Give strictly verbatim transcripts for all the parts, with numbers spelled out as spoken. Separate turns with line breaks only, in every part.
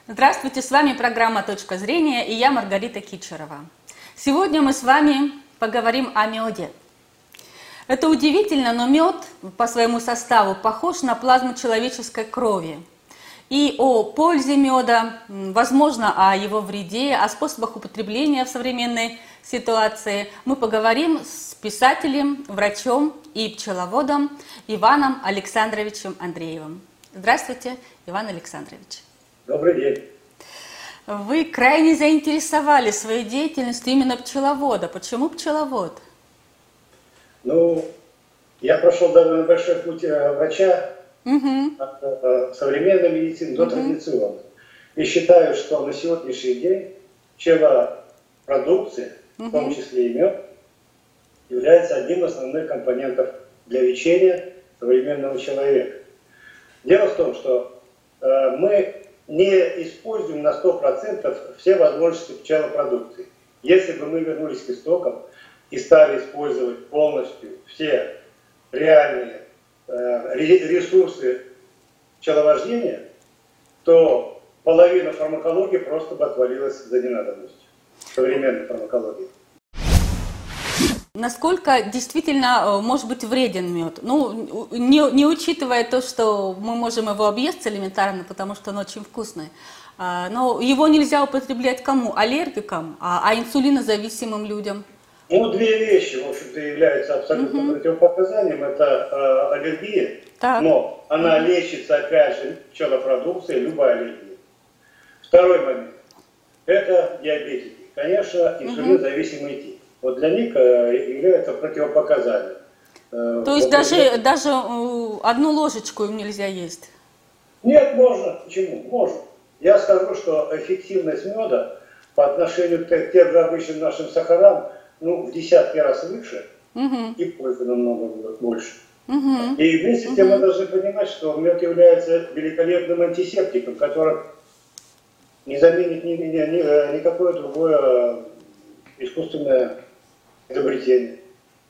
Здравствуйте, с вами программа «Точка зрения» и я Маргарита Кичерова. Сегодня мы с вами поговорим о меде. Это удивительно, но мед по своему составу похож на плазму человеческой крови. И о пользе меда, возможно, о его вреде, о способах употребления в современной ситуации мы поговорим с писателем, врачом и пчеловодом Иваном Александровичем Андреевым. Здравствуйте, Иван Александрович.
Добрый день.
Вы крайне заинтересовали своей деятельностью именно пчеловода. Почему пчеловод?
Ну, я прошел довольно большой путь врача
Угу.
от современной медицины до
Угу.
традиционной. И считаю, что на сегодняшний день пчелопродукция,
Угу.
в том числе и мед, является одним из основных компонентов для лечения современного человека. Дело в том, что э, мы не используем на сто процентов все возможности пчелопродукции. Если бы мы вернулись к истокам и стали использовать полностью все реальные э, ресурсы пчеловождения, то половина фармакологии просто бы отвалилась за ненадобностью. Современной фармакологии.
Насколько действительно может быть вреден мед? Ну, не, не учитывая то, что мы можем его объесть элементарно, потому что он очень вкусный. Но его нельзя употреблять кому? Аллергикам, а, а инсулинозависимым людям?
Ну, две вещи, в общем-то, являются абсолютно угу. противопоказанием. Это э, аллергия, так. но она угу. лечится, опять же, пчелопродукцией, любая аллергия. Второй момент. Это диабетики. Конечно, инсулинозависимый угу. тип. Вот для них является противопоказанием.
То есть вот даже, это... даже одну ложечку им нельзя есть?
Нет, можно. Почему? Можно. Я скажу, что эффективность меда по отношению к тем же обычным нашим сахарам ну, в десятки раз выше, угу. и пользы намного больше. Угу. И вместе с тем угу. мы должны понимать, что мед является великолепным антисептиком, который не заменит ни, ни, ни, никакое другое искусственное изобретение.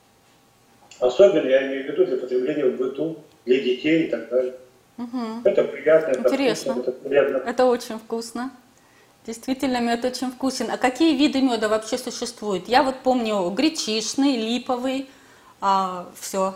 Особенно я имею в виду для потребления в быту, для детей и так далее. Угу. Это приятно, это
интересно.
вкусно, это приятно.
Это очень вкусно. Действительно, мед очень вкусен. А какие виды меда вообще существуют? Я вот помню гречишный, липовый, а, все.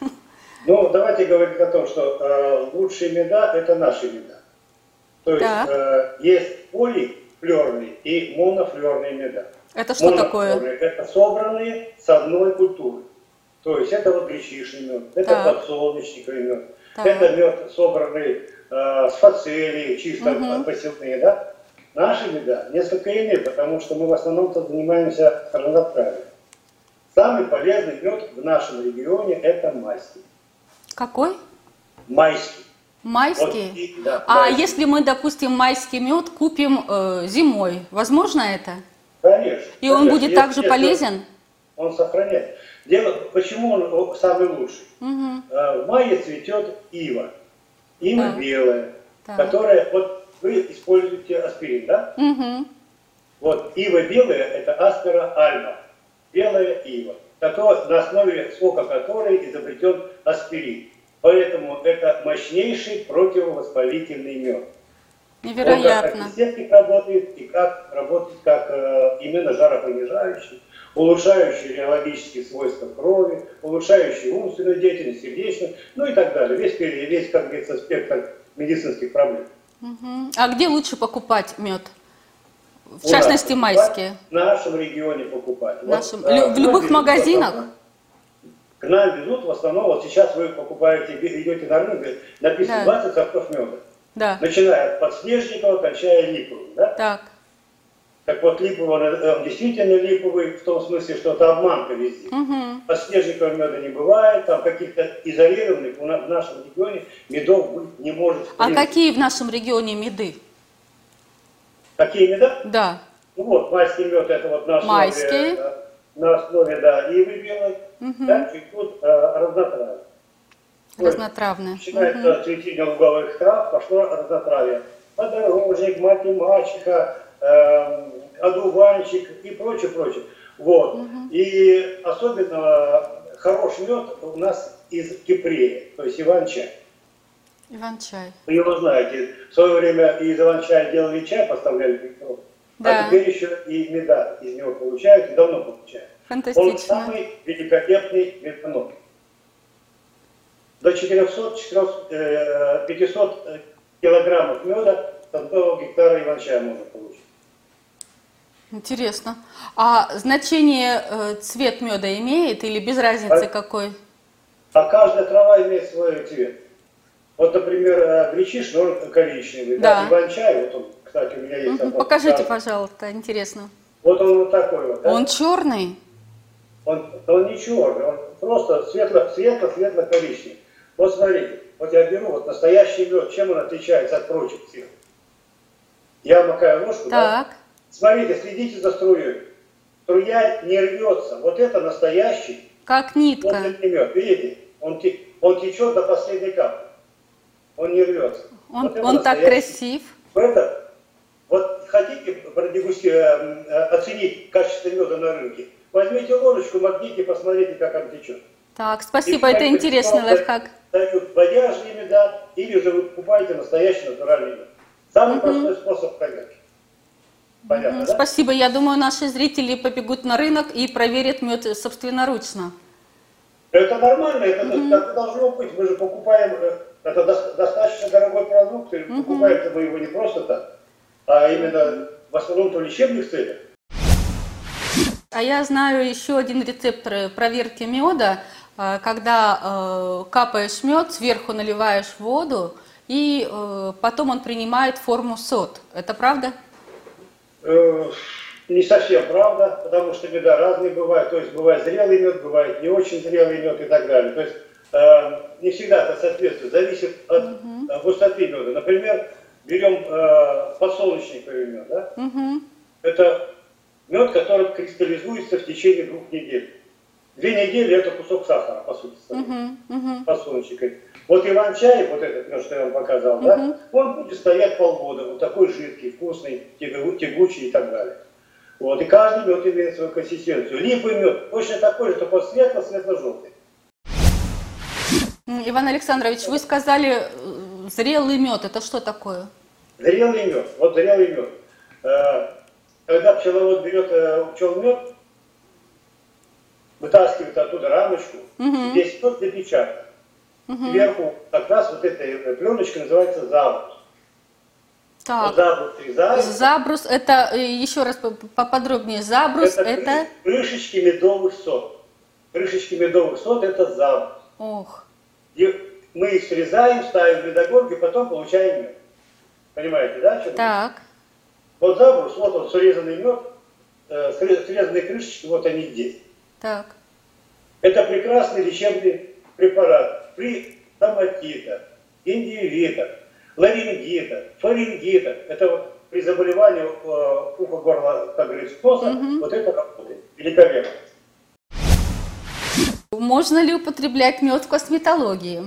Ну, давайте говорить о том, что э, лучшие меда – это наши меда. То есть э, есть полифлерные и монофлерные меда.
Это что такое?
Это собранные с одной культуры. То есть это вот гречишный мед, это так. подсолнечниковый мед, так. это мед, собранный э, с фацелии, чисто угу. посевные, да? Наши меда несколько иные, потому что мы в основном-то занимаемся разнотравием. Самый полезный мед в нашем регионе это майский.
Какой?
Майский.
Майский?
Вот, и, да,
а
майский.
Если мы, допустим, майский мед купим э, зимой, возможно это?
Конечно.
И он
конечно.
будет
если,
также
если
полезен?
Он, он сохраняет. Дело, почему он самый лучший?
Угу.
В мае цветет ива. Ива
да.
белая,
да.
которая, вот вы используете аспирин, да?
Угу.
Вот ива белая, это аспера альма, белая ива, которая, на основе сока которой изобретен аспирин. Поэтому это мощнейший противовоспалительный мед.
Невероятно.
Он как антисептик работает и как работает как э, именно жаропонижающий, улучшающий реологические свойства крови, улучшающий умственную деятельность, сердечную, ну и так далее. Весь, весь как говорится, спектр медицинских проблем.
Угу. А где лучше покупать мед? В У частности, майские.
В нашем регионе покупать.
В, нашем, вот, в любых магазинах?
К нам везут в основном, вот сейчас вы покупаете, идете на рынок, написано да. двадцать сортов меда. Да. Начиная от подснежника, кончая липовым. Да?
Так.
Так вот, липовый, он действительно липовый, в том смысле, что это обманка везде. Угу. Подснежникового меда не бывает, там каких-то изолированных в нашем регионе медов быть не может.
А какие в нашем регионе меды?
Какие меда?
Да.
Ну вот, майский мед, это вот на основе,
майский.
на основе да, ивы белой, угу. да, и тут э, разнотравие.
Разнотравное.
Начинается угу. цветение луговых трав, пошло разнотравие. Подорожник, мать и мачеха, э, одуванчик и прочее, прочее. Вот. Угу. И особенно хороший мед у нас из кипрея, то есть иван-чай.
Иван-чай.
Вы его знаете. В свое время из Иван-чая делали чай, поставляли в микро.
Да.
А теперь еще и меда из него получают, и давно получают.
Фантастично.
Он самый великолепный медонос. До четырёхсот-пятисот килограммов меда с одного гектара Иван-чая можно получить.
Интересно. А значение э, цвет меда имеет или без разницы
а,
какой?
А каждая трава имеет свой цвет. Вот, например, гречишный, он коричневый.
Да.
Да? Иван-чай, вот он, кстати, у меня есть.
Угу, покажите, да. Пожалуйста, интересно.
Вот он вот такой вот. Да?
Он черный?
Он, он не черный, он просто светло-светло-коричневый. Вот смотрите, вот я беру вот настоящий мед, чем он отличается от прочих всех? Я макаю ложку,
так.
Да? Смотрите, следите за струей. Струя не рвется. Вот это настоящий.
Как нитка.
Вот мед, видите? Он, он течет до последней капли. Он не рвется.
Он,
вот
он так красив.
Это, вот хотите продегустировать, оценить качество меда на рынке? Возьмите ложечку, макните, посмотрите, как он течет.
Так, спасибо, и это интересный лайфхак.
Дают бодяжные меда, или же вы покупаете настоящий натуральный мед. Самый угу. простой способ проверки. Понятно, угу. да?
Спасибо. Я думаю, наши зрители побегут на рынок и проверят мед собственноручно.
Это нормально, это угу. так и должно быть. Мы же покупаем, это достаточно дорогой продукт, и угу. покупаем мы его не просто так, а именно в основном в лечебных целях.
А я знаю еще один рецепт проверки меда, когда э, капаешь мед, сверху наливаешь воду, и э, потом он принимает форму сот. Это правда?
Э, не совсем правда, потому что меда разные бывают. То есть бывает зрелый мед, бывает не очень зрелый мед и так далее. То есть э, не всегда это соответствует, зависит от угу. густоты меда. Например, берем э, подсолнечниковый мед, да?
Угу.
Это мед, который кристаллизуется в течение двух недель. Две недели это кусок сахара, по сути,
uh-huh, uh-huh.
подсолнечника. Вот Иван-чай, вот этот мед, что я вам показал, uh-huh. да, он будет стоять полгода, вот такой жидкий, вкусный, тягучий и так далее. Вот, и каждый мед имеет свою консистенцию. Липовый мед точно такой же, только светло-светло-желтый.
Иван Александрович, вы сказали зрелый мед, это что такое?
Зрелый мед, вот зрелый мед. Когда пчеловод берет пчел мед, вытаскивает оттуда рамочку, uh-huh. здесь мед запечатан. Uh-huh. Сверху как раз вот эта пленочка называется забрус.
Так.
Вот забрус и забрус.
Забрус, это, еще раз поподробнее, забрус это... это...
крышечки медовых сот. Крышечки медовых сот это забрус.
Ох.
И мы их срезаем, ставим в медогонку и потом получаем мед. Понимаете, да? Что
так.
Вот забрус, вот он, срезанный мед, э, срезанные крышечки, вот они здесь.
Так.
Это прекрасный лечебный препарат при томатита, индивита, ларингита, фарингита. Это вот при заболевании э, уха, горла, как говорится, носа, угу. вот это работает. Великолепно.
Можно ли употреблять мед в косметологии?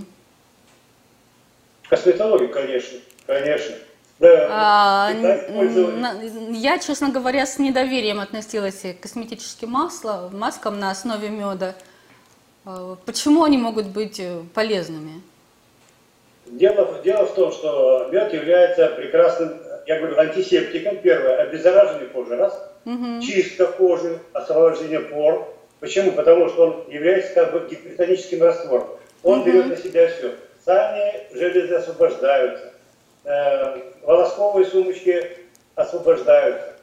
В косметологии, конечно, конечно. Да,
а, я, честно говоря, с недоверием относилась к косметическим маслам, маскам на основе меда. Почему они могут быть полезными?
Дело, дело в том, что мед является прекрасным, я говорю, антисептиком. Первое, обеззараживание кожи, раз. Угу. Чистка кожи, освобождение пор. Почему? Потому что он является как бы гипертоническим раствором. Он угу. берет на себя все. Сами железы освобождаются. Волосковые сумочки освобождаются,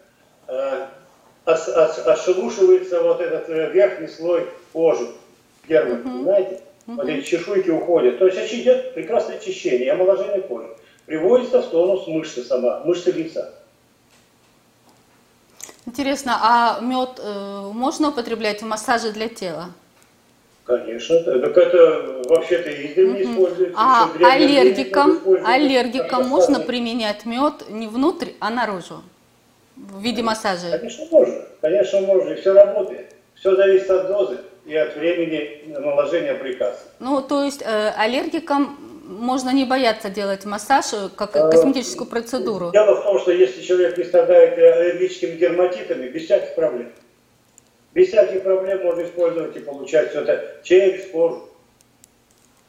отшелушивается вот этот верхний слой кожи, дермы, uh-huh. понимаете? Uh-huh. Вот эти чешуйки уходят. То есть идет прекрасное очищение и омоложение кожи. Приводится в тонус мышцы сама, мышцы лица.
Интересно, а мед э, можно употреблять в массаже для тела?
Конечно, так это вообще-то издревле uh-huh. используется.
А аллергикам, аллергикам можно применять мед не внутрь, а наружу, в виде массажа?
Конечно можно, конечно можно, и все работает. Все зависит от дозы и от времени наложения прикаса.
Ну, то есть э, аллергикам можно не бояться делать массаж, как косметическую процедуру?
Дело в том, что если человек не страдает аллергическими дерматитами, без всяких проблем. Без всяких проблем можно использовать и получать все это через кожу.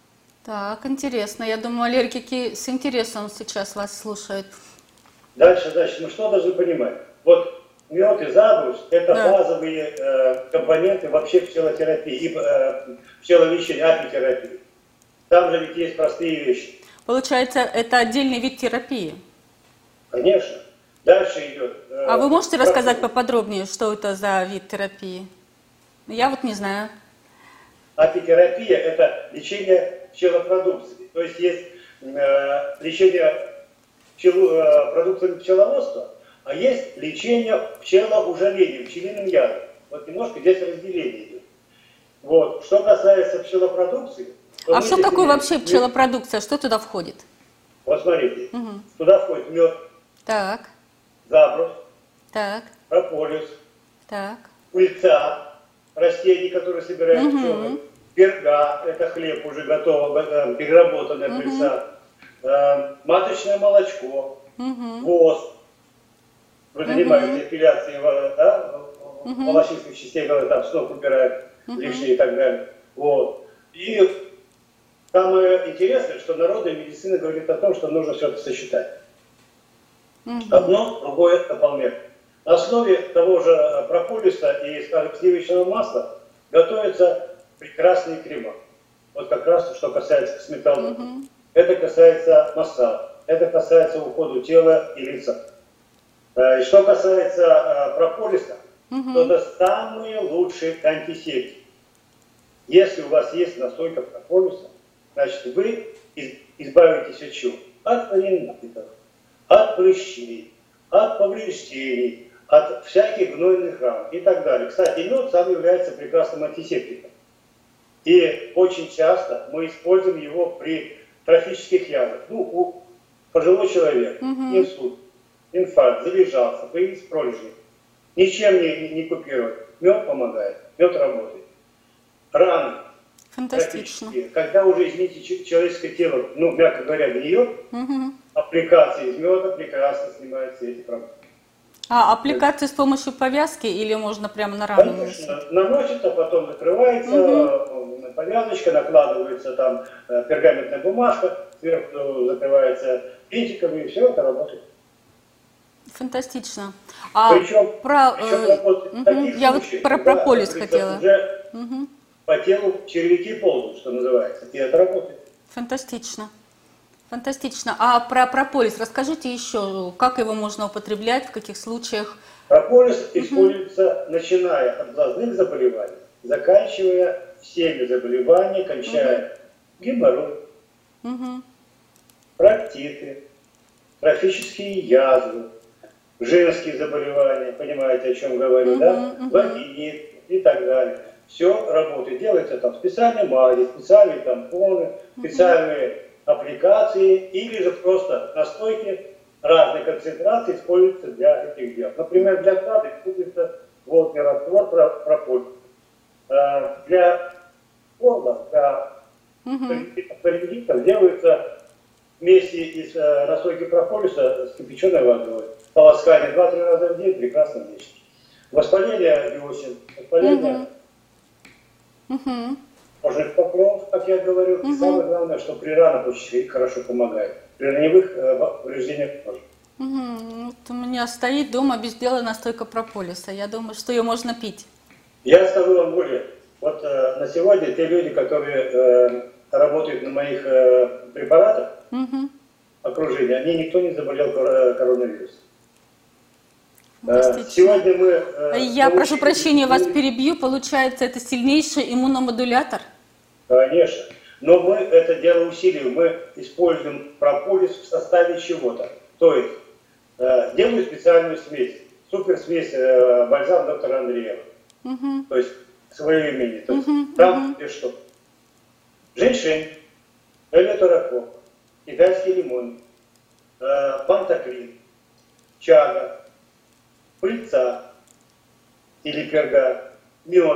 Так, интересно. Я думаю, аллергики с интересом сейчас вас слушают.
Дальше, значит, мы что должны понимать? Вот мед и забрус – это
Да.
базовые э, компоненты вообще пчелотерапии, и э, пчеловещения, апитерапии. Там же ведь есть простые вещи.
Получается, это отдельный вид терапии.
Конечно. Дальше идет… Э,
А вы можете
профиль.
рассказать поподробнее, что это за вид терапии? Я вот не знаю.
Апитерапия – это лечение пчелопродукции. То есть есть э, лечение пчелу, э, продуктами пчеловодства, а есть лечение пчелоужалением, пчелиным ядом. Вот немножко здесь разделение идет. Вот. Что касается пчелопродукции…
А что такое вообще
мед.
пчелопродукция? Что туда входит?
Вот смотрите,
Угу.
туда входит мед,
Так,
забрус,
так,
прополис,
так.
пыльца, растений, которые собирают
Мгм.
пчелы, перга, это хлеб уже готовый, э, переработанная
Мгм.
пыльца, э, маточное молочко,
Угу.
воск. Вы занимаетесь эпиляцией, э, да,
Мгм.
волосистых частей, когда там сноп убирают,
Мгм.
лишние и так далее. Вот. И самое интересное, что народная медицина говорит о том, что нужно все это сочетать.
Мгм.
Одно, другое дополнение. На основе того же прополиса и, скажем, сливочного масла готовятся прекрасные крема. Вот как раз, что касается косметологии.
Мгм.
Это касается массажа, это касается ухода тела и лица. Э, И что касается э, прополиса,
Мгм.
то это самые лучшие антисептики. Если у вас есть настойка прополиса, значит вы из- избавитесь от чего? От ринитов, от прыщей, от повреждений, от всяких гнойных ран и так далее. Кстати, мед сам является прекрасным антисептиком. И очень часто мы используем его при трофических язвах. Ну, у пожилой человек,
Мгм.
инсульт, инфаркт, залежался, появились пролежни. Ничем не, не купирует. Мед помогает, мед работает. Раны
Фантастично.
трофические, когда уже, извините, ч- человеческое тело, ну, мягко говоря, гниет,
Мгм.
аппликации из меда прекрасно снимаются эти проблемы.
А аппликации с помощью повязки или можно прямо на рану наносить?
Конечно, наносится, потом закрывается, э, повязочка, накладывается там э, пергаментная бумажка, сверху закрывается бинтиком, и все это работает.
Фантастично. А
Причем,
про,
причем
э,
работает в
мгм,
таких
я вот
случаях,
про
когда,
прополис
как говорится,
хотела.
уже
Мгм.
по телу червяки ползают, что называется, и это работает.
Фантастично. Фантастично. А про прополис расскажите еще, как его можно употреблять, в каких случаях?
Прополис используется, начиная от глазных заболеваний, заканчивая всеми заболеваниями, кончая геморрой,
Мгм.
проктиты, трофические язвы, женские заболевания, понимаете, о чем говорю,
Мгм,
да,
мгм.
вагинит и так далее. Все работает. Делается там специальные мази, специальные тампоны, специальные аппликации или же просто настойки разной концентрации используются для этих дел. Например, для КАДа используется водный раствор прополис. Э, Для горла, для
Мгм.
фарингитов делаются вместе из э, настойки прополиса с кипяченой водой. Полоскание два-три раза в день прекрасно лечит. Воспаление десен, воспаление
Мгм. Мгм.
кожных покров, как я говорю. И самое главное, что при ранах очень хорошо помогает. При раневых э, повреждениях кожи.
Мгм. Вот у меня стоит дома без дела настойка прополиса. Я думаю, что ее можно пить.
Я скажу вам более. Вот э, на сегодня те люди, которые э, работают на моих э, препаратах,
Мгм.
окружении, они никто не заболел кор- коронавирусом. Э,
Фантастично.
Сегодня мы... э,
Я прошу
получили-
прощения, вас перебью. Получается, это сильнейший иммуномодулятор?
Конечно. Но мы это дело усиливаем. Мы используем прополис в составе чего-то. То есть э, делаю специальную смесь. Суперсмесь э, бальзам доктора Андреева.
Мгм.
То есть свое имени. То есть
Мгм,
там где что? Женьшень, элеторакок, китайский лимон, э, пантоклин, чага, пыльца или перга, мед.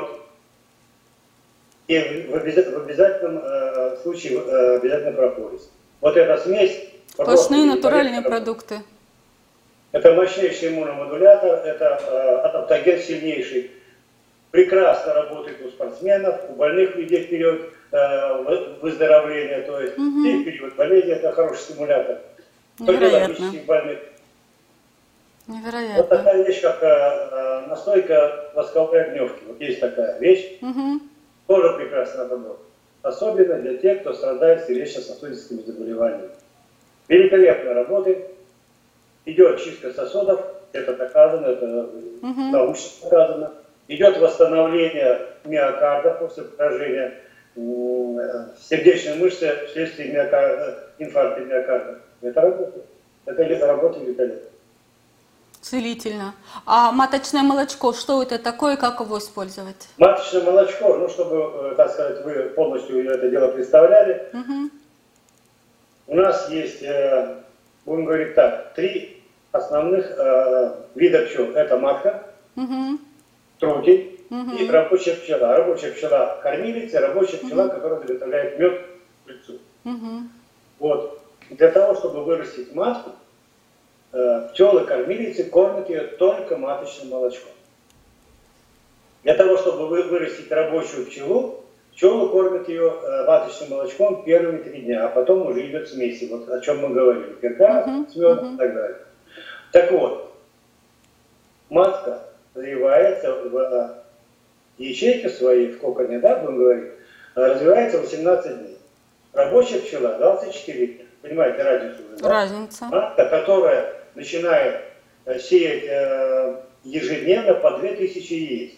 И в, обяза- в обязательном э, случае э, обязательно прополис. Вот эта смесь...
Сплошные
просто
натуральные
великолепна.
продукты.
Это мощнейший иммуномодулятор, это э, адаптоген сильнейший. Прекрасно работает у спортсменов, у больных людей вперед. э, выздоровления, то есть угу. и в период болезни это хороший стимулятор.
Невероятно.
Больных.
Невероятно.
Вот такая вещь, как э, настойка восковой огневки. Вот есть такая вещь, угу. тоже прекрасно работает. Особенно для тех, кто страдает сердечно-сосудистыми заболеваниями. Великолепно работает. Идет чистка сосудов, это доказано, это угу. научно доказано. Идет восстановление миокарда после поражения сердечной мышцы вследствие миокарда, инфаркта миокарда. Это работает. Это работа великолепно.
Целительно. А маточное молочко, что это такое, как его использовать?
Маточное молочко, ну, чтобы, так сказать, вы полностью это дело представляли, угу. у нас есть, будем говорить так, три основных э, вида пчел. Это матка, угу. трутень угу. и рабочая пчела. Рабочая пчела кормилица, рабочая пчела, угу. которая заготовляет мед в пыльцу. Угу. Вот. Для того, чтобы вырастить матку, э, пчелы-кормилицы кормят ее только маточным молочком. Для того, чтобы вы, вырастить рабочую пчелу, пчелы кормят ее э, маточным молочком первые три дня, а потом уже идет смеси. Вот о чем мы говорили. Пирка uh-huh. с медом uh-huh. и так далее. Так вот, матка развивается в ячейке своей, в коконе, да, будем говорить, развивается восемнадцать дней. Рабочая пчела двадцать четыре дня. Понимаете разницу уже, да?
Разница.
Матка, которая начинает сеять э, ежедневно по две тысячи яиц.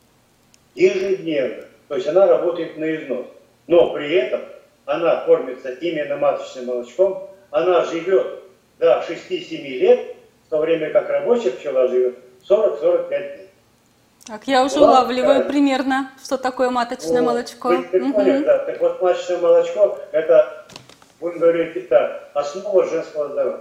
Ежедневно. То есть она работает на износ. Но при этом она кормится именно маточным молочком. Она живет до шести-семи лет, в то время как рабочая пчела живет сорок-сорок пять дней.
Так, я уже улавливаю да. примерно, что такое маточное вот. молочко.
Вы, вы угу. поняли, да. Так вот, маточное молочко – это, будем говорить так, основа женского здоровья.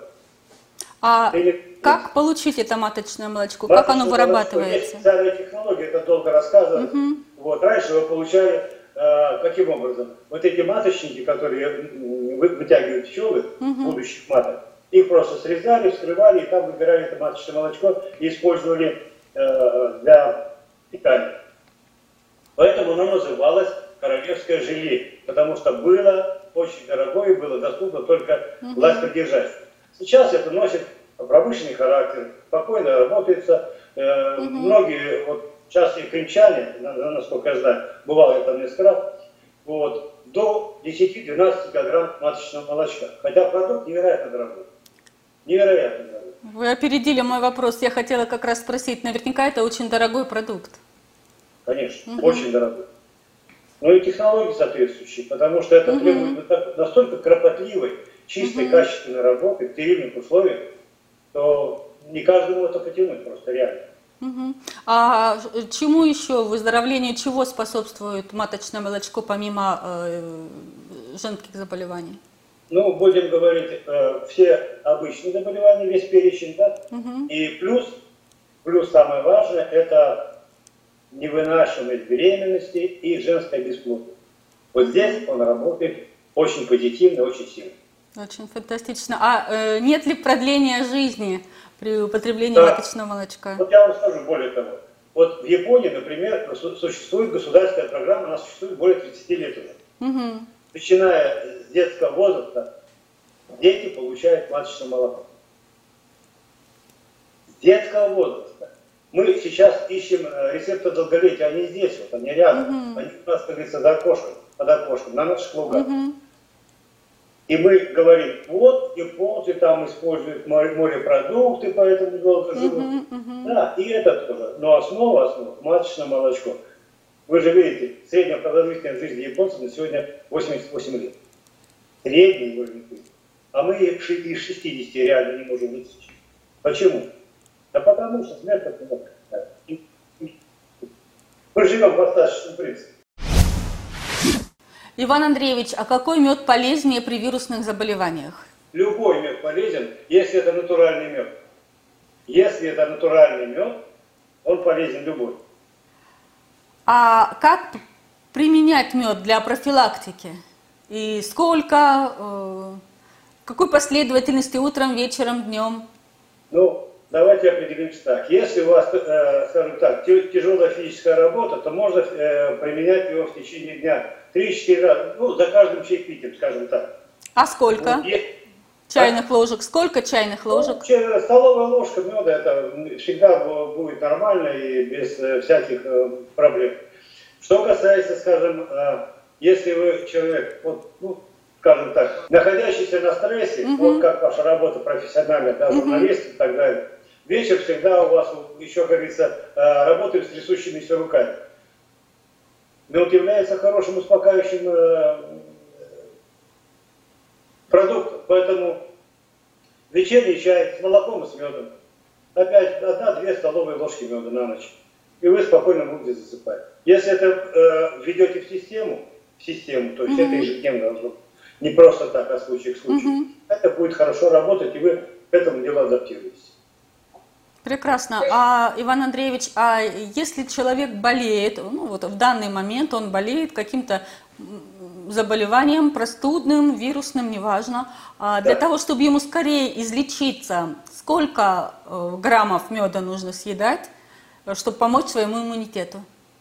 А Или, как получить это маточное молочко? Маточное как оно вырабатывается?
Есть специальная технология, это долго рассказывать. Угу. Вот, раньше вы получали, э, каким образом? Вот эти маточники, которые вытягивают пчелы, угу. будущих маток, их просто срезали, вскрывали, и там выбирали это маточное молочко и использовали э, для питания. Поэтому оно называлось королевское желе, потому что было очень дорогое и было доступно только угу. властодержащим. Сейчас это носит промышленный характер, спокойно работается. Э, угу. Многие вот, частные крымчане, насколько я знаю, бывало я там несколько раз, вот, до десяти-двенадцати килограмм маточного молочка. Хотя продукт невероятно дорогой. Невероятно дорогой.
Вы опередили мой вопрос. Я хотела как раз спросить, наверняка это очень дорогой продукт.
Конечно, угу. очень дорогой. Но и технологии соответствующие, потому что это угу. требует настолько кропотливой, чистой, угу. качественной работы в стерильных условиях, то не каждому это потянуть просто реально.
Угу. А чему еще, выздоровлению чего способствует маточное молочко помимо э, женских заболеваний?
Ну, будем говорить, э, все обычные заболевания, весь перечень, да? Угу. И плюс, плюс самое важное, это невынашиваемость беременности и женское бесплодие. Вот здесь он работает очень позитивно, очень сильно.
Очень фантастично. А э, нет ли продления жизни при употреблении да. маточного молочка?
Вот я вам скажу более того. Вот в Японии, например, существует государственная программа, она существует более тридцати лет уже. Угу. Начиная с детского возраста, дети получают маточное молоко. С детского возраста. Мы сейчас ищем рецепты долголетия, они здесь, вот, они рядом. Угу. Они у нас, как говорится, за окошком, под окошком, на наших лугах. Угу. И мы говорим, вот, японцы там используют морепродукты, поэтому долго живут. Uh-huh, uh-huh. Да, и это тоже. Но основа, основа, маточное молочко. Вы же видите, средняя продолжительность жизни японцев на сегодня восемьдесят восемь лет. Средний уровень жизни. А мы из шестидесяти реально не можем вытащить. Почему? Да потому что смерть от него. Мы живем в остаточном принципе.
Иван Андреевич, а какой мед полезнее при вирусных заболеваниях?
Любой мед полезен, если это натуральный мед. Если это натуральный мед, он полезен любой.
А как применять мед для профилактики? И сколько, э, какой последовательности утром, вечером, днем?
Ну, давайте определимся так. Если у вас, э, скажем так, тяжелая физическая работа, то можно э, применять его в течение дня три-четыре раза, ну, за каждым чаепитием, скажем так.
А сколько?
Вот, есть...
Чайных а? ложек? Сколько чайных ложек?
Ну, столовая ложка меда, это всегда будет нормально и без всяких проблем. Что касается, скажем, если вы человек, вот, ну, скажем так, находящийся на стрессе, uh-huh. вот как ваша работа профессиональная, да, журналист uh-huh. и так далее, вечер всегда у вас еще, как говорится, работает с трясущимися руками. Мед является хорошим успокаивающим продуктом, поэтому вечерний чай с молоком и с медом, опять одна-две столовые ложки меда на ночь, и вы спокойно будете засыпать. Если это э, введете в систему, в систему, то есть uh-huh. это ежедневно должно быть, не просто так, а случай к случаю, uh-huh. это будет хорошо работать, и вы к этому делу адаптируетесь.
Прекрасно. А, Иван Андреевич, а если человек болеет, ну вот в данный момент он болеет каким-то заболеванием, простудным, вирусным, неважно, а для да. того, чтобы ему скорее излечиться, сколько э, граммов меда нужно съедать, чтобы помочь своему иммунитету?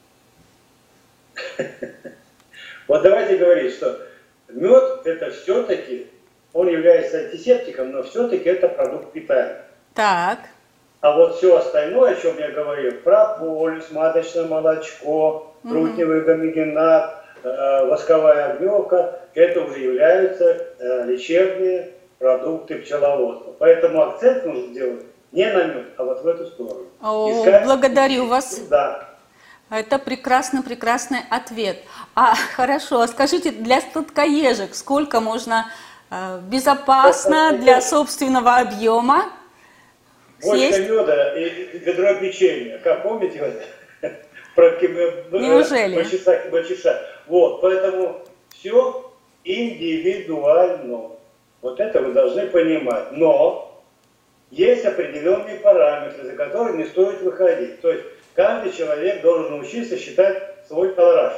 Вот давайте говорить, что мед это все-таки, он является антисептиком, но все-таки это продукт питания.
Так. А
вот все остальное, о чем я говорил, прополис, маточное молочко, трутневый гомогенат, э, восковая огневка, это уже являются э, лечебные продукты пчеловодства. Поэтому акцент нужно делать не на мед, а вот в эту сторону.
О, Искать... Благодарю вас.
Да.
Это прекрасный-прекрасный ответ. А хорошо, скажите, для сладкоежек сколько можно э, безопасно для собственного объема?
Бочка меда и ведро печенья. Как помните? Про
Неужели?
Бочиша. Вот, поэтому все индивидуально. Вот это вы должны понимать. Но есть определенные параметры, за которые не стоит выходить. То есть каждый человек должен научиться считать свой колораж.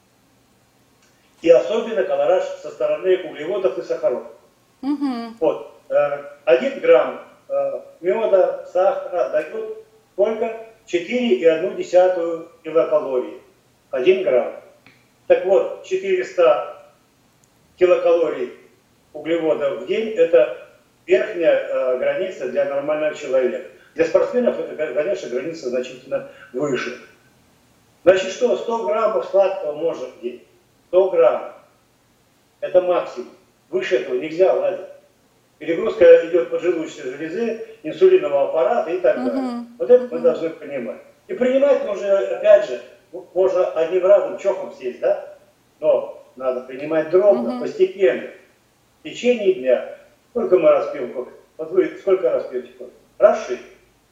И особенно колораж со стороны углеводов и сахаров.
Угу.
Вот. Один грамм меда, сахара дает сколько? четыре и одну десятую килокалории. один грамм. Так вот, четыреста килокалорий углеводов в день – это верхняя э, граница для нормального человека. Для спортсменов это, конечно, граница значительно выше. Значит, что? сто граммов сладкого можно в день. сто граммов. Это максимум. Выше этого нельзя лазить. Перегрузка идет поджелудочной железы, инсулинового аппарата и так далее. Uh-huh. Вот это uh-huh. мы должны понимать. И принимать можно, опять же, можно одним разом чохом съесть, да? Но надо принимать дробно, uh-huh. постепенно. В течение дня. Сколько мы раз пьем кофе? Вот вы сколько раз пьете кофе? Раз шесть.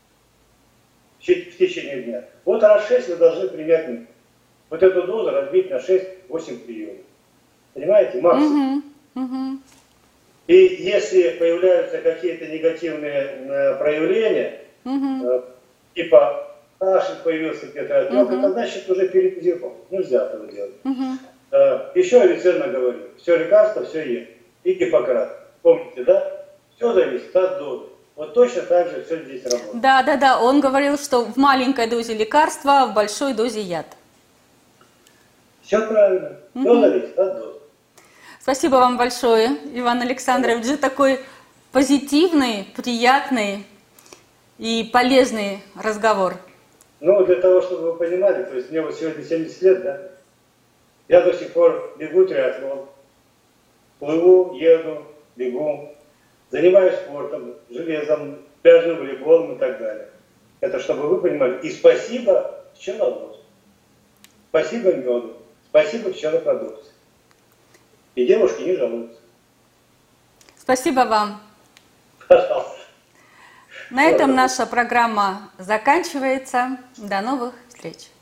В течение дня. Вот раз шесть вы должны принять. Вот эту дозу разбить на шесть-восемь приемов. Понимаете? Максимум.
Uh-huh. Uh-huh.
И если появляются какие-то негативные э, проявления,
угу.
э, типа кашель появился где-то отек, угу. это значит уже передозировка. Нельзя этого делать.
Угу.
Э, еще Авиценна говорил, все лекарство, все ем. И Гиппократ. Помните, да? Все зависит от дозы. Вот точно так же все здесь работает.
Да, да, да. Он говорил, что в маленькой дозе лекарства, в большой дозе яд.
Все правильно. Угу. Все зависит от дозы.
Спасибо вам большое, Иван Александрович, за такой позитивный, приятный и полезный разговор.
Ну, для того, чтобы вы понимали, то есть мне вот сегодня семьдесят лет, да? Я до сих пор бегу триатлон, плыву, еду, бегу, занимаюсь спортом, железом, пляжным волейболом и так далее. Это чтобы вы понимали. И спасибо пчеловоду, спасибо меду, спасибо пчелопродукции. И девушки не жалуются.
Спасибо вам.
Пожалуйста.
На этом наша программа заканчивается. До новых встреч.